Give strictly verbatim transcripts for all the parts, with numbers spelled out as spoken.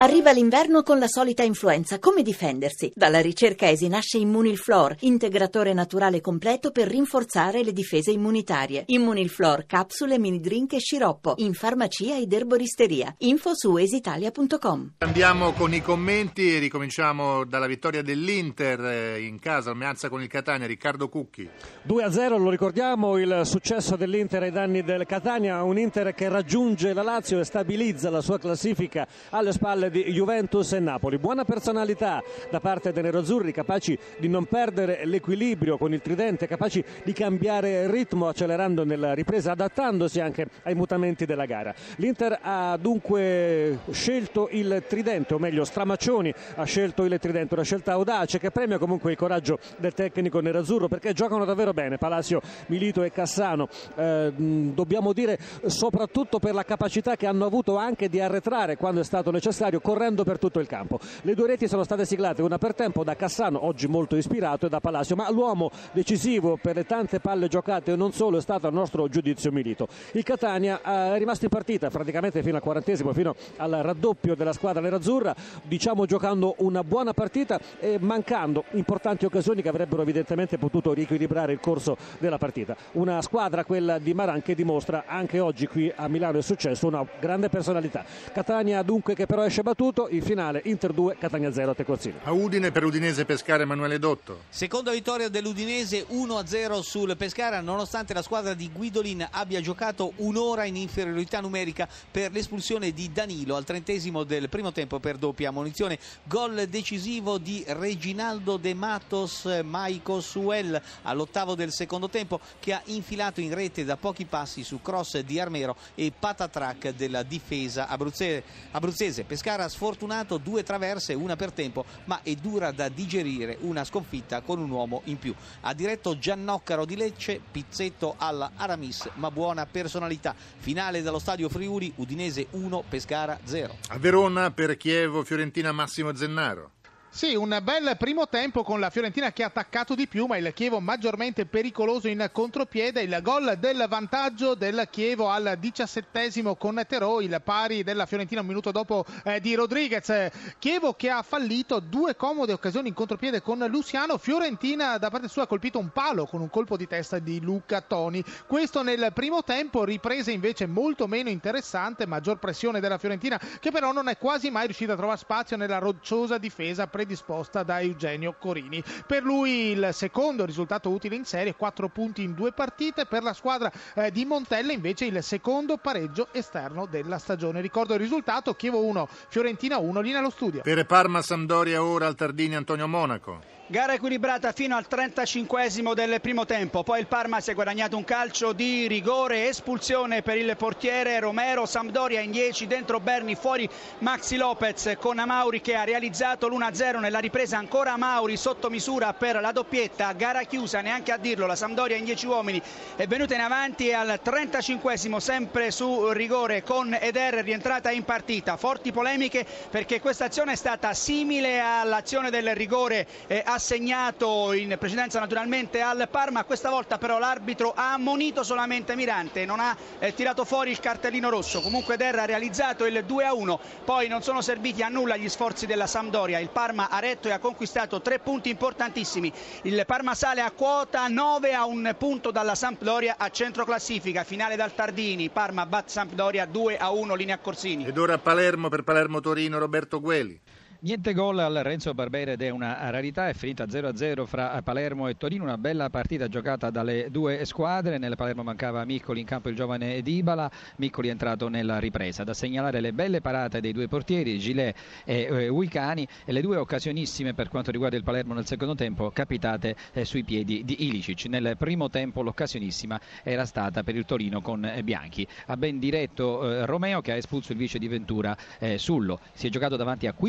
Arriva l'inverno con la solita influenza, come difendersi? Dalla ricerca E S I nasce Immunilflor, integratore naturale completo per rinforzare le difese immunitarie. Immunilflor, capsule, mini drink e sciroppo, in farmacia ed erboristeria. Info su esitalia punto com. Andiamo con i commenti e ricominciamo dalla vittoria dell'Inter in casa, Almeazza con il Catania. Riccardo Cucchi. due a zero, lo ricordiamo, il successo dell'Inter ai danni del Catania, un Inter che raggiunge la Lazio e stabilizza la sua classifica alle spalle di Juventus e Napoli. Buona personalità da parte dei nerazzurri, capaci di non perdere l'equilibrio con il tridente, capaci di cambiare ritmo accelerando nella ripresa, adattandosi anche ai mutamenti della gara. L'Inter ha dunque scelto il tridente, o meglio Stramaccioni ha scelto il tridente, una scelta audace che premia comunque il coraggio del tecnico nerazzurro, perché giocano davvero bene Palacio, Milito e Cassano, eh, dobbiamo dire soprattutto per la capacità che hanno avuto anche di arretrare quando è stato necessario, correndo per tutto il campo. Le due reti sono state siglate una per tempo da Cassano, oggi molto ispirato, e da Palacio, ma l'uomo decisivo per le tante palle giocate e non solo è stato a nostro giudizio Milito. Il Catania è rimasto in partita praticamente fino al quarantesimo, fino al raddoppio della squadra nerazzurra, diciamo giocando una buona partita e mancando importanti occasioni che avrebbero evidentemente potuto riequilibrare il corso della partita. Una squadra, quella di Maran, che dimostra anche oggi qui a Milano è successo una grande personalità. Catania dunque che però esce battuto, il finale Inter due, Catania zero a Tecorzino. A Udine per Udinese Pescara, Emanuele Dotto. Seconda vittoria dell'Udinese, uno a zero sul Pescara, nonostante la squadra di Guidolin abbia giocato un'ora in inferiorità numerica per l'espulsione di Danilo al trentesimo del primo tempo per doppia ammonizione. Gol decisivo di Reginaldo De Matos Maico Suel all'ottavo del secondo tempo, che ha infilato in rete da pochi passi su cross di Armero e patatrack della difesa abruzzese. abruzzese. Pescara sfortunato, due traverse, una per tempo, ma è dura da digerire una sconfitta con un uomo in più. Ha diretto Giannoccaro di Lecce, pizzetto alla Aramis, ma buona personalità. Finale dallo stadio Friuli, Udinese uno, Pescara zero. A Verona per Chievo, Fiorentina, Massimo Zennaro. Sì, un bel primo tempo con la Fiorentina che ha attaccato di più, ma il Chievo maggiormente pericoloso in contropiede. Il gol del vantaggio del Chievo al diciassettesimo con Terò, il pari della Fiorentina un minuto dopo eh, di Rodriguez. Chievo che ha fallito due comode occasioni in contropiede con Luciano. Fiorentina da parte sua ha colpito un palo con un colpo di testa di Luca Toni. Questo nel primo tempo, ripresa invece molto meno interessante, maggior pressione della Fiorentina che però non è quasi mai riuscita a trovare spazio nella rocciosa difesa predisposta da Eugenio Corini. Per lui il secondo risultato utile in serie, quattro punti in due partite. Per la squadra eh, di Montella invece il secondo pareggio esterno della stagione. Ricordo il risultato: Chievo uno, Fiorentina uno. Linea allo studio. Per Parma Sampdoria ora al Tardini, Antonio Monaco. Gara equilibrata fino al trentacinquesimo del primo tempo, poi il Parma si è guadagnato un calcio di rigore, espulsione per il portiere Romero. Sampdoria in dieci, dentro Berni, fuori Maxi Lopez, con Amauri che ha realizzato l'uno a zero. Nella ripresa ancora Amauri sotto misura per la doppietta. Gara chiusa, neanche a dirlo, la Sampdoria in dieci uomini è venuta in avanti e al trentacinquesimo sempre su rigore con Eder, rientrata in partita. Forti polemiche perché questa azione è stata simile all'azione del rigore eh, assegnato in precedenza naturalmente al Parma. Questa volta però l'arbitro ha ammonito solamente Mirante, non ha eh, tirato fuori il cartellino rosso. Comunque Der ha realizzato il due a uno, poi non sono serviti a nulla gli sforzi della Sampdoria. Il Parma ha retto e ha conquistato tre punti importantissimi. Il Parma sale a quota nove, a un punto dalla Sampdoria a centro classifica. Finale dal Tardini, Parma bat Sampdoria due a uno, linea Corsini. Ed ora a Palermo per Palermo Torino, Roberto Gueli. Niente gol al Renzo Barbera ed è una rarità, è finita zero a zero fra Palermo e Torino, una bella partita giocata dalle due squadre. Nel Palermo mancava Miccoli, in campo il giovane Dybala, Miccoli è entrato nella ripresa. Da segnalare le belle parate dei due portieri, Gilet e eh, Uicani, e le due occasionissime per quanto riguarda il Palermo nel secondo tempo capitate eh, sui piedi di Ilicic. Nel primo tempo l'occasionissima era stata per il Torino con eh, Bianchi. Ha ben diretto eh, Romeo che ha espulso il vice di Ventura eh, Sullo. Si è giocato davanti a quindicimila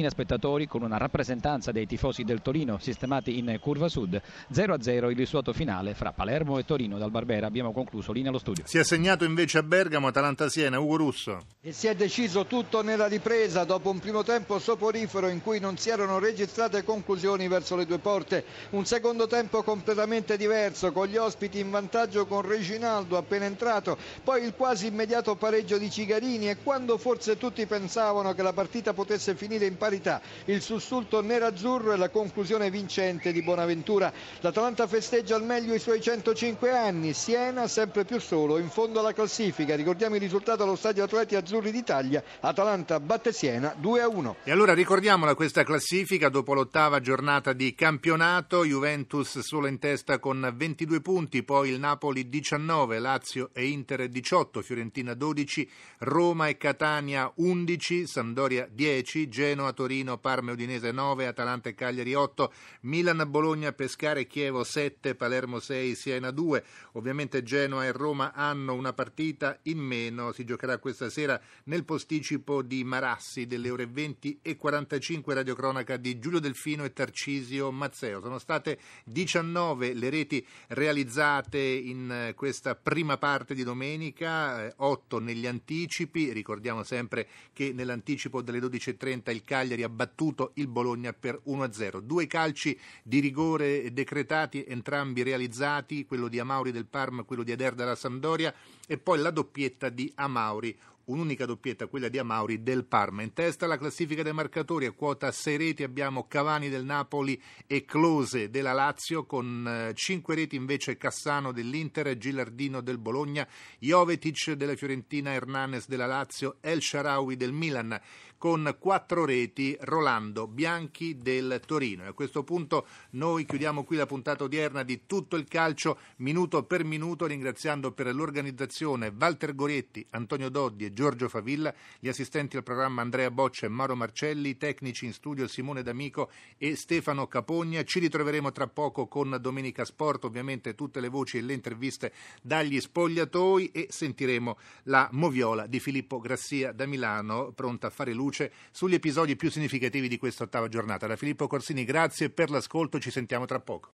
tremilamila spettatori con una rappresentanza dei tifosi del Torino sistemati in curva sud. zero a zero il risultato finale fra Palermo e Torino. Dal Barbera abbiamo concluso, linea allo studio. Si è segnato invece a Bergamo Atalanta-Siena, Ugo Russo. E si è deciso tutto nella ripresa dopo un primo tempo soporifero in cui non si erano registrate conclusioni verso le due porte. Un secondo tempo completamente diverso, con gli ospiti in vantaggio con Reginaldo appena entrato, poi il quasi immediato pareggio di Cigarini e quando forse tutti pensavano che la partita potesse finire in parità, il sussulto nerazzurro e la conclusione vincente di Bonaventura. L'Atalanta festeggia al meglio i suoi centocinque anni, Siena sempre più solo in fondo alla classifica. Ricordiamo il risultato allo Stadio Atleti Azzurri d'Italia, Atalanta batte Siena due a uno. E allora ricordiamola questa classifica dopo l'ottava giornata di campionato: Juventus solo in testa con ventidue punti, poi il Napoli diciannove, Lazio e Inter diciotto, Fiorentina dodici, Roma e Catania undici, Sampdoria dieci, Genoa, Torino, Parma e Udinese nove, Atalanta e Cagliari otto, Milan, Bologna, Pescara e Chievo sette, Palermo sei, Siena due. Ovviamente Genoa e Roma hanno una partita in meno, si giocherà questa sera nel posticipo di Marassi delle ore venti e quarantacinque, radiocronaca di Giulio Delfino e Tarcisio Mazzeo. Sono state diciannove le reti realizzate in questa prima parte di domenica, otto negli anticipi. Ricordiamo sempre che nell'anticipo delle dodici e trenta il Cagliari ha battuto il Bologna per uno a zero. Due calci di rigore decretati, entrambi realizzati, quello di Amauri del Parma, quello di Eder della Sampdoria, e poi la doppietta di Amauri, un'unica doppietta, quella di Amauri del Parma. In testa alla classifica dei marcatori, a quota sei reti abbiamo Cavani del Napoli e Klose della Lazio, con cinque reti invece Cassano dell'Inter, Gilardino del Bologna, Jovetic della Fiorentina, Hernanes della Lazio, El Shaarawy del Milan, con quattro reti Rolando Bianchi del Torino. E a questo punto noi chiudiamo qui la puntata odierna di Tutto il Calcio, minuto per minuto, ringraziando per l'organizzazione Walter Gorietti, Antonio Doddi e Giorgio Favilla, gli assistenti al programma Andrea Boccia e Mauro Marcelli, i tecnici in studio Simone D'Amico e Stefano Capogna. Ci ritroveremo tra poco con Domenica Sport, ovviamente tutte le voci e le interviste dagli spogliatoi, e sentiremo la moviola di Filippo Grassia da Milano, pronta a fare luce sugli episodi più significativi di questa ottava giornata. Da Filippo Corsini grazie per l'ascolto, ci sentiamo tra poco.